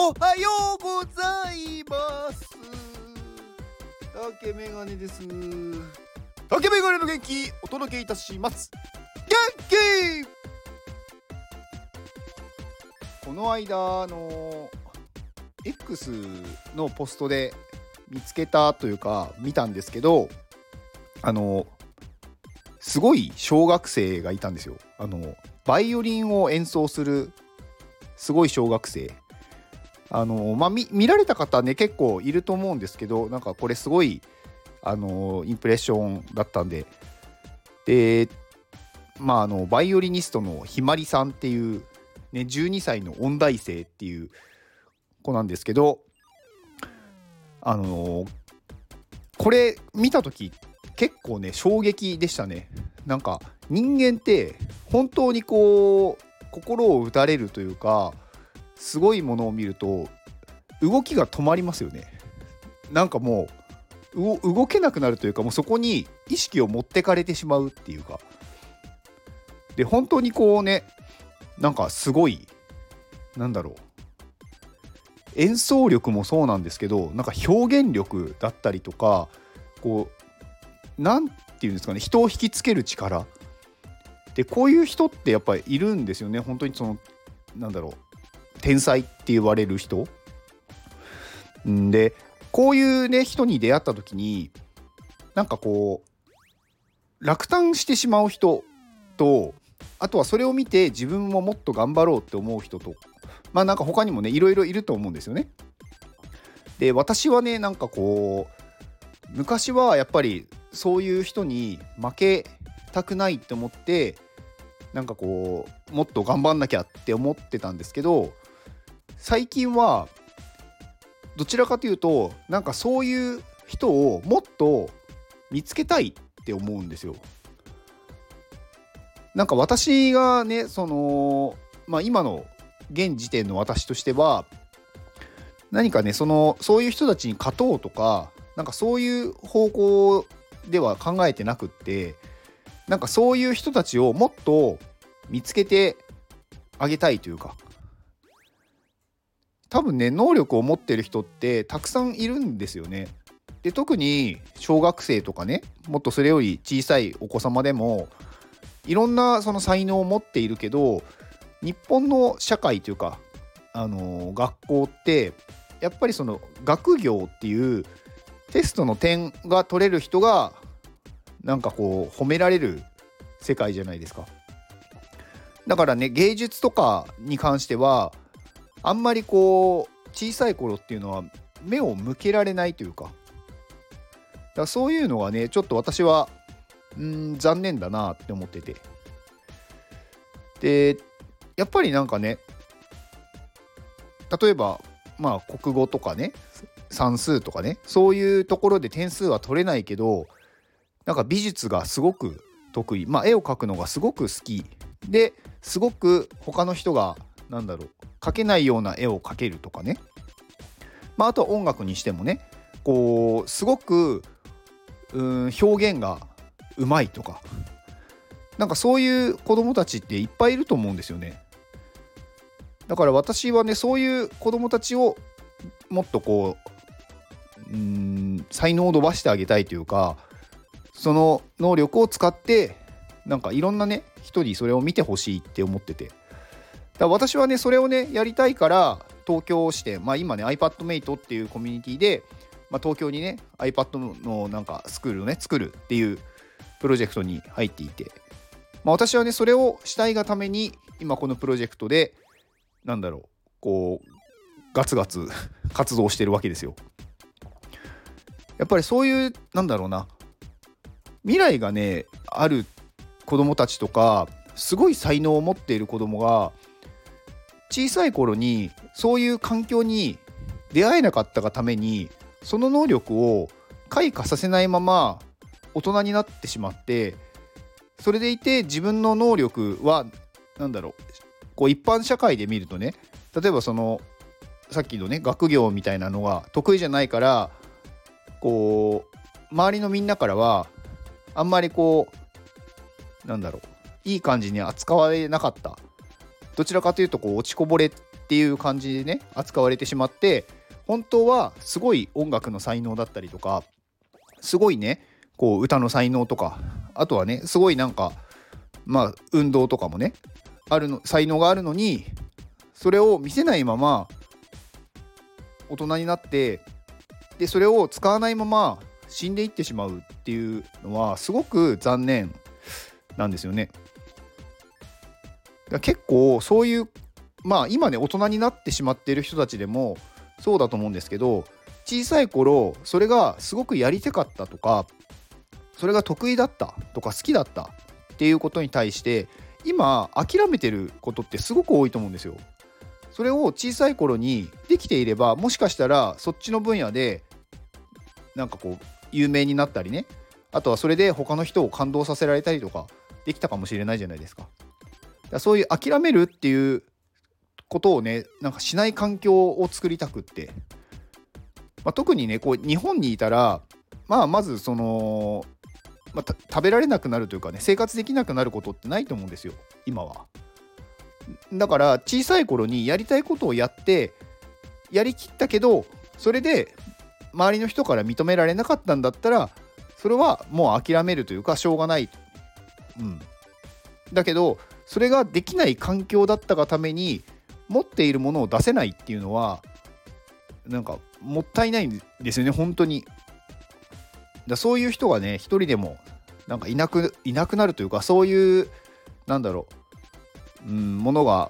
おはようございます。竹メガネです。竹メガネの元気お届けいたします。元気。この間X のポストで見つけたというか見たんですけど、すごい小学生がいたんですよ。バイオリンを演奏するすごい小学生。見られた方ね結構いると思うんですけど、なんかこれすごいインプレッションだったんで、バイオリニストのひまりさんっていうね12歳の音大生っていう子なんですけど、これ見た時結構ね衝撃でしたね。なんか人間って本当にこう心を打たれるというか、すごいものを見ると動きが止まりますよね。なんかもう動けなくなるというか、もうそこに意識を持ってかれてしまうっていうかで、本当にこうね、なんかすごい演奏力もそうなんですけど、なんか表現力だったりとか、こうなんていうんですかね、人を引きつける力で、こういう人ってやっぱりいるんですよね。本当に天才って言われる人で、こういうね人に出会った時になんかこう落胆してしまう人と、あとはそれを見て自分ももっと頑張ろうって思う人と、なんか他にもねいろいろいると思うんですよね。で、私はねなんかこう昔はやっぱりそういう人に負けたくないって思って、なんかこうもっと頑張んなきゃって思ってたんですけど、最近はどちらかというとなんかそういう人をもっと見つけたいって思うんですよ。なんか私がね今の現時点の私としては、何かねそういう人たちに勝とうとか、なんかそういう方向では考えてなくって、なんかそういう人たちをもっと見つけてあげたいというか、多分ね能力を持ってる人ってたくさんいるんですよね。で、特に小学生とかね、もっとそれより小さいお子様でもいろんなその才能を持っているけど、日本の社会というか学校ってやっぱりその学業っていうテストの点が取れる人がなんかこう褒められる世界じゃないですか。だからね、芸術とかに関してはあんまりこう小さい頃っていうのは目を向けられないというか、だからそういうのがねちょっと私は残念だなって思ってて、でやっぱりなんかね、例えば国語とかね算数とかね、そういうところで点数は取れないけど、なんか美術がすごく得意、絵を描くのがすごく好きで、すごく他の人が描けないような絵を描けるとかね、あとは音楽にしてもね、こうすごく表現がうまいとか、なんかそういう子供たちっていっぱいいると思うんですよね。だから私はねそういう子供たちをもっとこう才能を伸ばしてあげたいというか、その能力を使ってなんかいろんなね人にそれを見てほしいって思ってて、だから私はねそれをねやりたいから東京支店、今ね iPadMate っていうコミュニティで、東京にね iPad のなんかスクールをね作るっていうプロジェクトに入っていて、私はねそれをしたいがために今このプロジェクトでこうガツガツ活動してるわけですよ。やっぱりそういう未来がねある子供たちとか、すごい才能を持っている子供が小さい頃にそういう環境に出会えなかったがために、その能力を開花させないまま大人になってしまって、それでいて自分の能力はこう一般社会で見るとね、例えばさっきのね学業みたいなのが得意じゃないから、こう周りのみんなからはあんまりこういい感じに扱われなかった、どちらかというとこう落ちこぼれっていう感じでね扱われてしまって、本当はすごい音楽の才能だったりとか、すごいねこう歌の才能とか、あとはねすごいなんか運動とかもね才能があるのに、それを見せないまま大人になって、でそれを使わないまま死んでいってしまうっていうのはすごく残念なんですよね。だから結構そういう今ね大人になってしまっている人たちでもそうだと思うんですけど、小さい頃それがすごくやりたかったとか、それが得意だったとか好きだったっていうことに対して今諦めてることってすごく多いと思うんですよ。それを小さい頃にできていれば、もしかしたらそっちの分野でなんかこう有名になったりね、あとはそれで他の人を感動させられたりとかできたかもしれないじゃないですか。だからそういう諦めるっていうことをねなんかしない環境を作りたくって、特にねこう日本にいたらまずその、食べられなくなるというかね、生活できなくなることってないと思うんですよ今は。だから小さい頃にやりたいことをやってやりきったけど、それで周りの人から認められなかったんだったら、それはもう諦めるというかしょうがない、だけどそれができない環境だったがために持っているものを出せないっていうのはなんかもったいないんですよね本当に。そういう人がね一人でもなんかいなくなるというか、そういうものが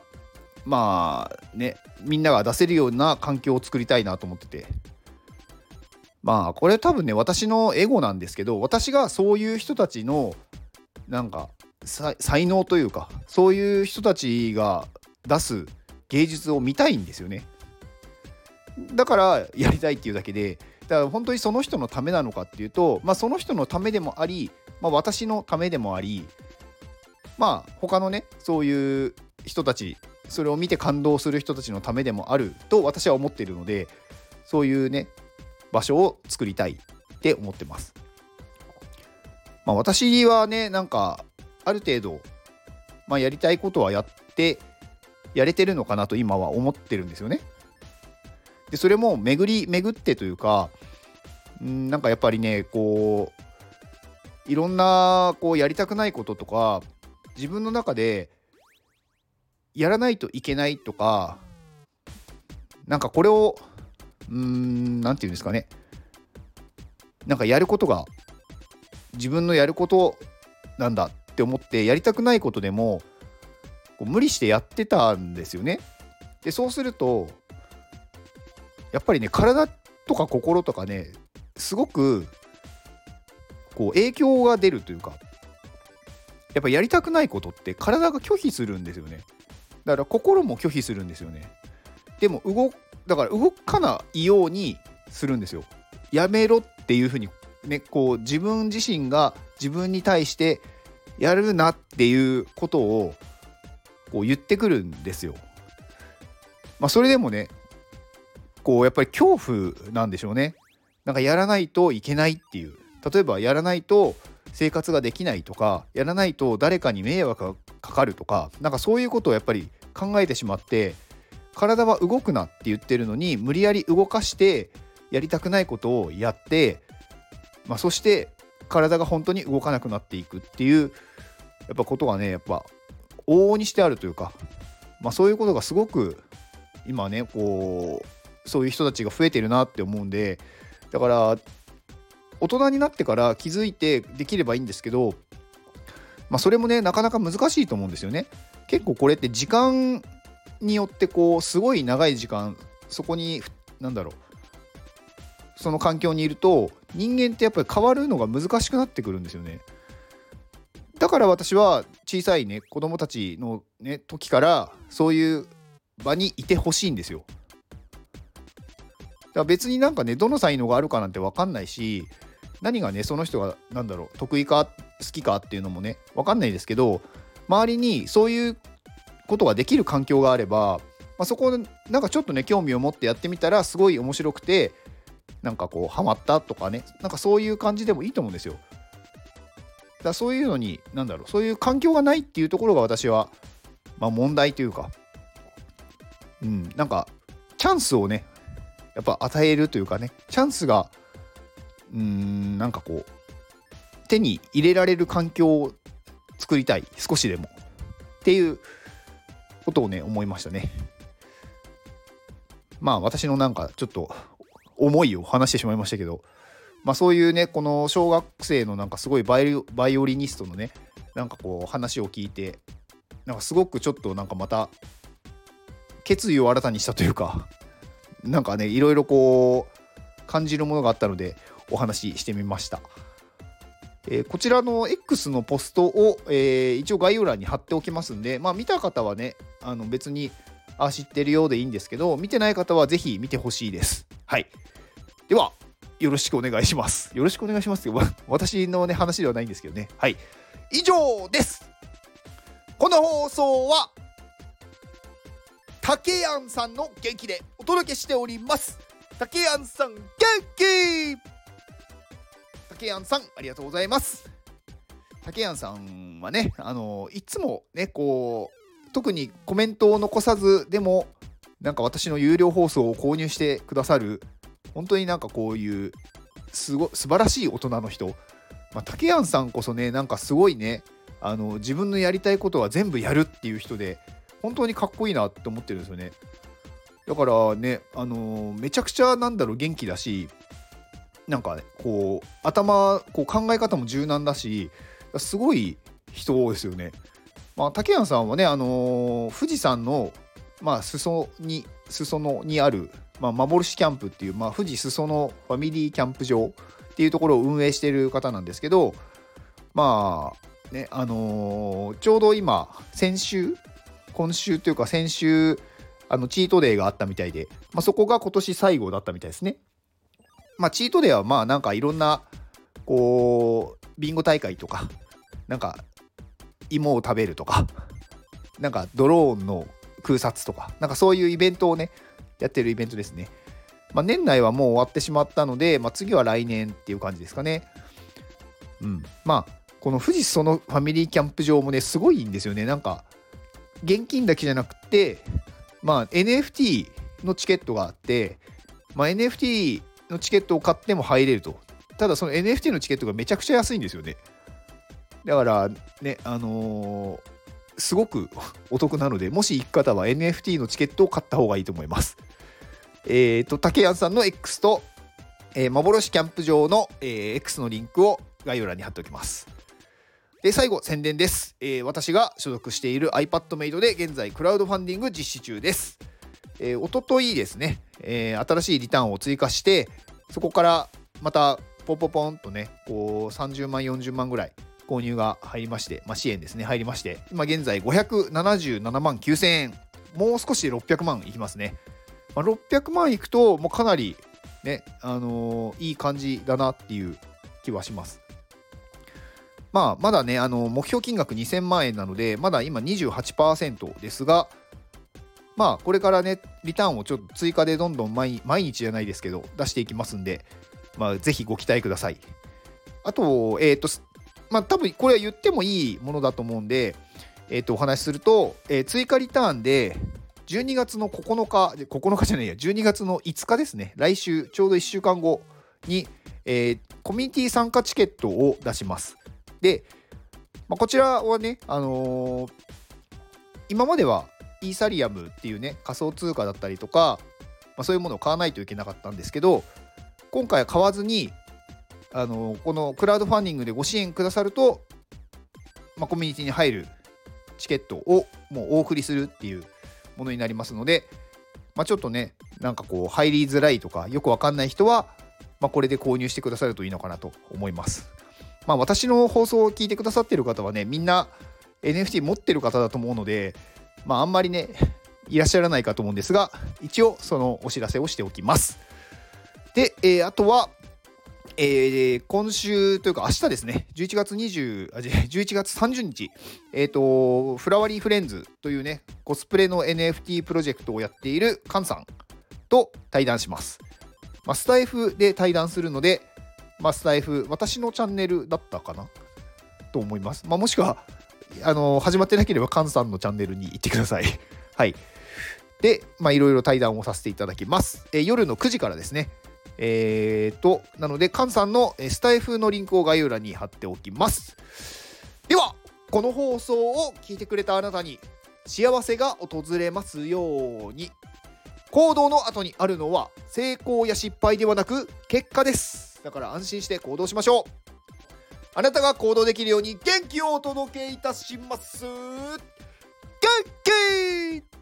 みんなが出せるような環境を作りたいなと思ってて、これ多分ね私のエゴなんですけど、私がそういう人たちのなんか才能というか、そういう人たちが出す芸術を見たいんですよね。だからやりたいっていうだけで、だから本当にその人のためなのかっていうと、その人のためでもあり、私のためでもあり、他のねそういう人たち、それを見て感動する人たちのためでもあると私は思っているので、そういうね場所を作りたいって思ってます。私はねなんかある程度、やりたいことはやれてるのかなと今は思ってるんですよね。でそれも巡ってというか、なんかやっぱりねこういろんなこうやりたくないこととか、自分の中でやらないといけないとか、なんかこれをなんていうんですかね、なんかやることが自分のやることなんだって思ってやりたくないことでもこう無理してやってたんですよね。でそうするとやっぱりね体とか心とかねすごくこう影響が出るというか、やっぱやりたくないことって体が拒否するんですよね。だから心も拒否するんですよね。でもだから動かないようにするんですよ。やめろっていうふうにねこう自分自身が自分に対してやるなっていうことをこう言ってくるんですよ。それでもねこうやっぱり恐怖なんでしょうね。なんかやらないといけないっていう、例えばやらないと生活ができないとか、やらないと誰かに迷惑がかかるとか、なんかそういうことをやっぱり考えてしまって、体は動くなって言ってるのに無理やり動かしてやりたくないことをやって、そして体が本当に動かなくなっていくっていうやっぱことがねやっぱ往々にしてあるというか、そういうことがすごく今ねこうそういう人たちが増えてるなって思うんで、だから大人になってから気づいてできればいいんですけど、それもねなかなか難しいと思うんですよね。結構これって時間によってこうすごい長い時間そこにその環境にいると人間ってやっぱり変わるのが難しくなってくるんですよね。だから私は小さいね子供たちのね時からそういう場にいてほしいんですよ。だから別になんかねどの才能があるかなんて分かんないし、何がねその人が得意か好きかっていうのもね分かんないですけど、周りにそういうことができる環境があれば、そこでなんかちょっとね興味を持ってやってみたらすごい面白くてなんかこうハマったとかね、なんかそういう感じでもいいと思うんですよ。だからそういうのにそういう環境がないっていうところが私は問題というか、 なんかチャンスをねやっぱ与えるというかね、チャンスがなんかこう手に入れられる環境を作りたい、少しでもっていうことをね思いましたね。まあ私のなんかちょっと思いを話してしまいましたけど、そういうねこの小学生のなんかすごいバイオリニストのねなんかこう話を聞いて、なんかすごくちょっとなんかまた決意を新たにしたというか、なんかねいろいろこう感じるものがあったのでお話ししてみました。こちらの X のポストを、一応概要欄に貼っておきますんで、見た方はね別に知ってるようでいいんですけど、見てない方はぜひ見てほしいです。はい。ではよろしくお願いします。よろしくお願いしますって私のね話ではないんですけどね。はい。以上です。この放送はたけやんさんの元気でお届けしております。たけやんさん元気。たけやんさんありがとうございます。たけやんさんはねいつもねこう特にコメントを残さずでもなんか私の有料放送を購入してくださる、本当になんかこういう素晴らしい大人の人、たけやんさんこそねなんかすごいね自分のやりたいことは全部やるっていう人で、本当にかっこいいなって思ってるんですよね。だからねめちゃくちゃ元気だし、なんかねこう頭こう考え方も柔軟だし、すごい人ですよね。たけやんさんはね富士山の裾野にある、幻キャンプっていう、富士裾野ファミリーキャンプ場っていうところを運営している方なんですけど、ねちょうど今週というか先週チートデーがあったみたいで、そこが今年最後だったみたいですね。チートデーはなんかいろんなこうビンゴ大会とか、なんか芋を食べるとか、なんかドローンの空撮とか、なんかそういうイベントをねやってるイベントですね。年内はもう終わってしまったので、次は来年っていう感じですかね。この富士裾野ファミリーキャンプ場もねすごいんですよね。なんか現金だけじゃなくて、NFT のチケットがあって、NFT のチケットを買っても入れると。ただその NFT のチケットがめちゃくちゃ安いんですよね。だからねすごくお得なので、もし行く方は NFT のチケットを買った方がいいと思います。たけやんさんの X と、幻キャンプ場の、X のリンクを概要欄に貼っておきます。で最後宣伝です。私が所属している iPadMate で現在クラウドファンディング実施中です。おとといですね、新しいリターンを追加して、そこからまたポンとねこう30万40万ぐらい購入が入りまして、支援ですね入りまして、今現在577万9000円、もう少しで600万いきますね。600万いくともうかなりねいい感じだなっていう気はします。まだね目標金額2000万円なのでまだ今 28% ですが、これからねリターンをちょっと追加でどんどん毎日じゃないですけど出していきますんで、ぜひご期待ください。あと多分これは言ってもいいものだと思うんで、お話しすると、追加リターンで12月の9日じゃないや12月の5日ですね、来週ちょうど1週間後に、コミュニティ参加チケットを出します。で、こちらはね、今まではイーサリアムっていうね仮想通貨だったりとか、そういうものを買わないといけなかったんですけど、今回は買わずにこのクラウドファンディングでご支援くださると、コミュニティに入るチケットをもうお送りするっていうものになりますので、ちょっとねなんかこう入りづらいとかよくわかんない人は、これで購入してくださるといいのかなと思います。私の放送を聞いてくださっている方はねみんな NFT 持ってる方だと思うので、あんまりねいらっしゃらないかと思うんですが、一応そのお知らせをしておきます。で、あとは今週というか明日ですね、11月30日、フラワリーフレンズというねコスプレの NFT プロジェクトをやっているカンさんと対談します。スタイフで対談するので、スタイフ私のチャンネルだったかなと思います。もしくは始まってなければカンさんのチャンネルに行ってください。はい。 でいろいろ対談をさせていただきます。夜の9時からですね。なので菅さんのスタイフのリンクを概要欄に貼っておきます。ではこの放送を聞いてくれたあなたに幸せが訪れますように。行動の後にあるのは成功や失敗ではなく結果です。だから安心して行動しましょう。あなたが行動できるように元気をお届けいたします。元気